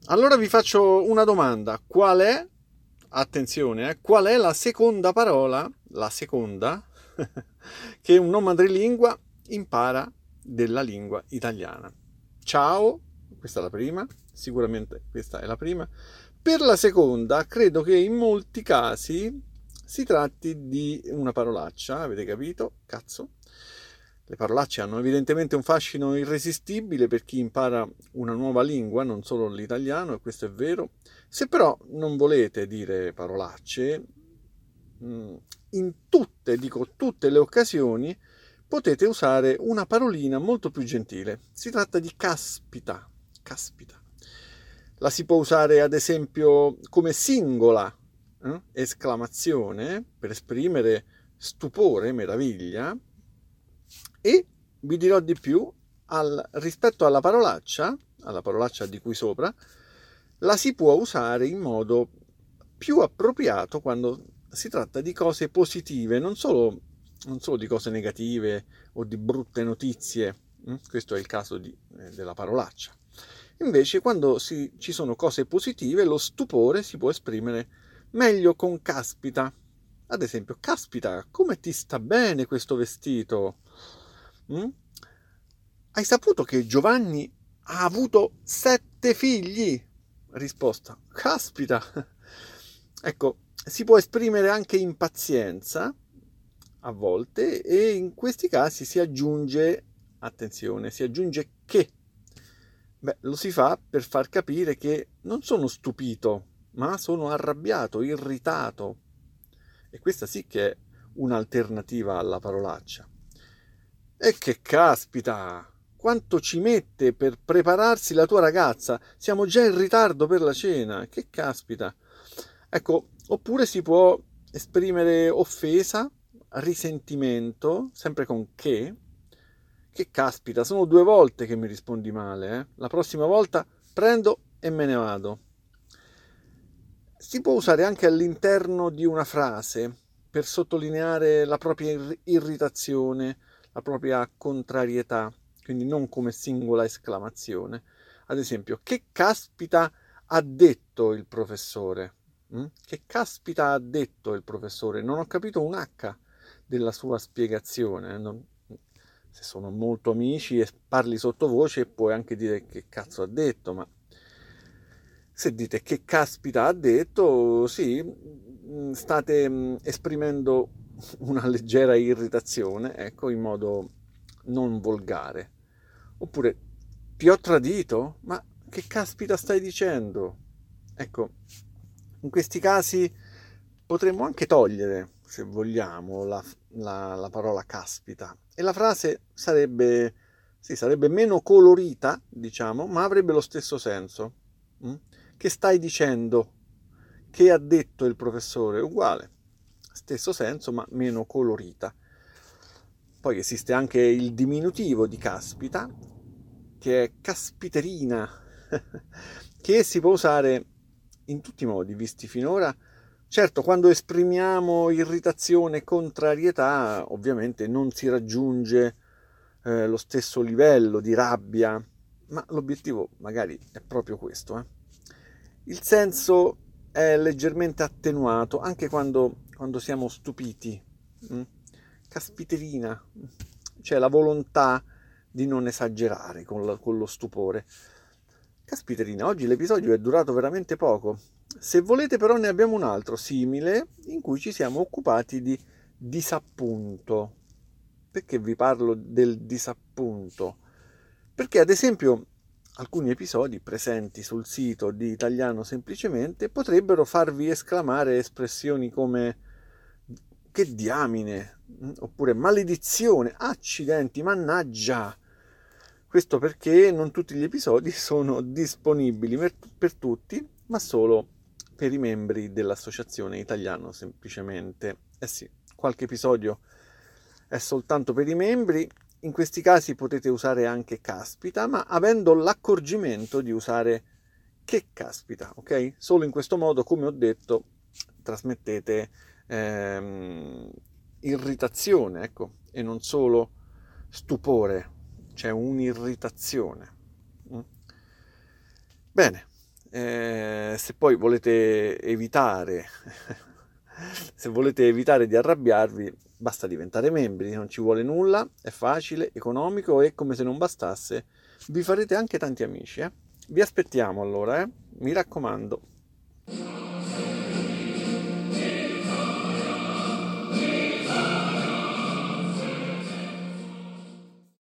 Allora vi faccio una domanda. Attenzione, qual è la seconda parola, la seconda, che un non madrelingua impara della lingua italiana? Ciao, questa è la prima, sicuramente questa è la prima. Per la seconda, credo che in molti casi si tratti di una parolaccia, avete capito? Cazzo. Le parolacce hanno evidentemente un fascino irresistibile per chi impara una nuova lingua, non solo l'italiano, e questo è vero. Se però non volete dire parolacce, in tutte, dico tutte le occasioni, potete usare una parolina molto più gentile. Si tratta di caspita. Caspita. La si può usare ad esempio come singola esclamazione per esprimere stupore, meraviglia, e vi dirò di più, rispetto alla parolaccia di qui sopra, la si può usare in modo più appropriato quando si tratta di cose positive, non solo di cose negative o di brutte notizie. Questo è il caso della parolaccia. Invece, quando ci sono cose positive, lo stupore si può esprimere meglio con caspita. Ad esempio, caspita, come ti sta bene questo vestito? Mm? Hai saputo che Giovanni ha avuto 7 figli? Risposta, caspita. Ecco, si può esprimere anche impazienza a volte e in questi casi si aggiunge, attenzione, si aggiunge che. Beh, lo si fa per far capire che non sono stupito, ma sono arrabbiato, irritato. E questa sì che è un'alternativa alla parolaccia. E che caspita! Quanto ci mette per prepararsi la tua ragazza? Siamo già in ritardo per la cena. Che caspita! Ecco, oppure si può esprimere offesa, risentimento, sempre con che. Che caspita, sono 2 volte che mi rispondi male, eh? La prossima volta prendo e me ne vado. Si può usare anche all'interno di una frase per sottolineare la propria irritazione, la propria contrarietà, quindi non come singola esclamazione. Ad esempio, che caspita ha detto il professore? Che caspita ha detto il professore? Non ho capito un H della sua spiegazione. Se sono molto amici e parli sottovoce puoi anche dire che cazzo ha detto, ma se dite che caspita ha detto, sì, state esprimendo una leggera irritazione, ecco, in modo non volgare. Oppure, ti ho tradito? Ma che caspita stai dicendo? Ecco, in questi casi potremmo anche togliere, se vogliamo, la parola caspita e la frase sarebbe, sì, sarebbe meno colorita, diciamo, ma avrebbe lo stesso senso. Mm? Che stai dicendo? Che ha detto il professore? Uguale, stesso senso, ma meno colorita. Poi esiste anche il diminutivo di caspita, che è caspiterina, che si può usare in tutti i modi visti finora. Certo, quando esprimiamo irritazione e contrarietà, ovviamente non si raggiunge lo stesso livello di rabbia, ma l'obiettivo magari è proprio questo. Il senso è leggermente attenuato anche quando siamo stupiti. mm? Caspiterina, c'è la volontà di non esagerare con lo stupore. Caspiterina, oggi l'episodio è durato veramente poco. Se volete però ne abbiamo un altro simile in cui ci siamo occupati di disappunto. Perché vi parlo del disappunto? Perché ad esempio alcuni episodi presenti sul sito di Italiano Semplicemente potrebbero farvi esclamare espressioni come che diamine, oppure maledizione, accidenti, mannaggia. Questo perché non tutti gli episodi sono disponibili per tutti, ma solo per i membri dell'Associazione Italiano Semplicemente. Eh sì, qualche episodio è soltanto per i membri. In questi casi potete usare anche caspita, ma avendo l'accorgimento di usare che caspita, ok? Solo in questo modo, come ho detto, trasmettete irritazione, ecco, e non solo stupore, c'è un'irritazione. Mm? Bene, Se poi volete evitare, se volete evitare di arrabbiarvi, basta diventare membri, non ci vuole nulla, è facile, economico e come se non bastasse, vi farete anche tanti amici, eh? Vi aspettiamo allora, mi raccomando.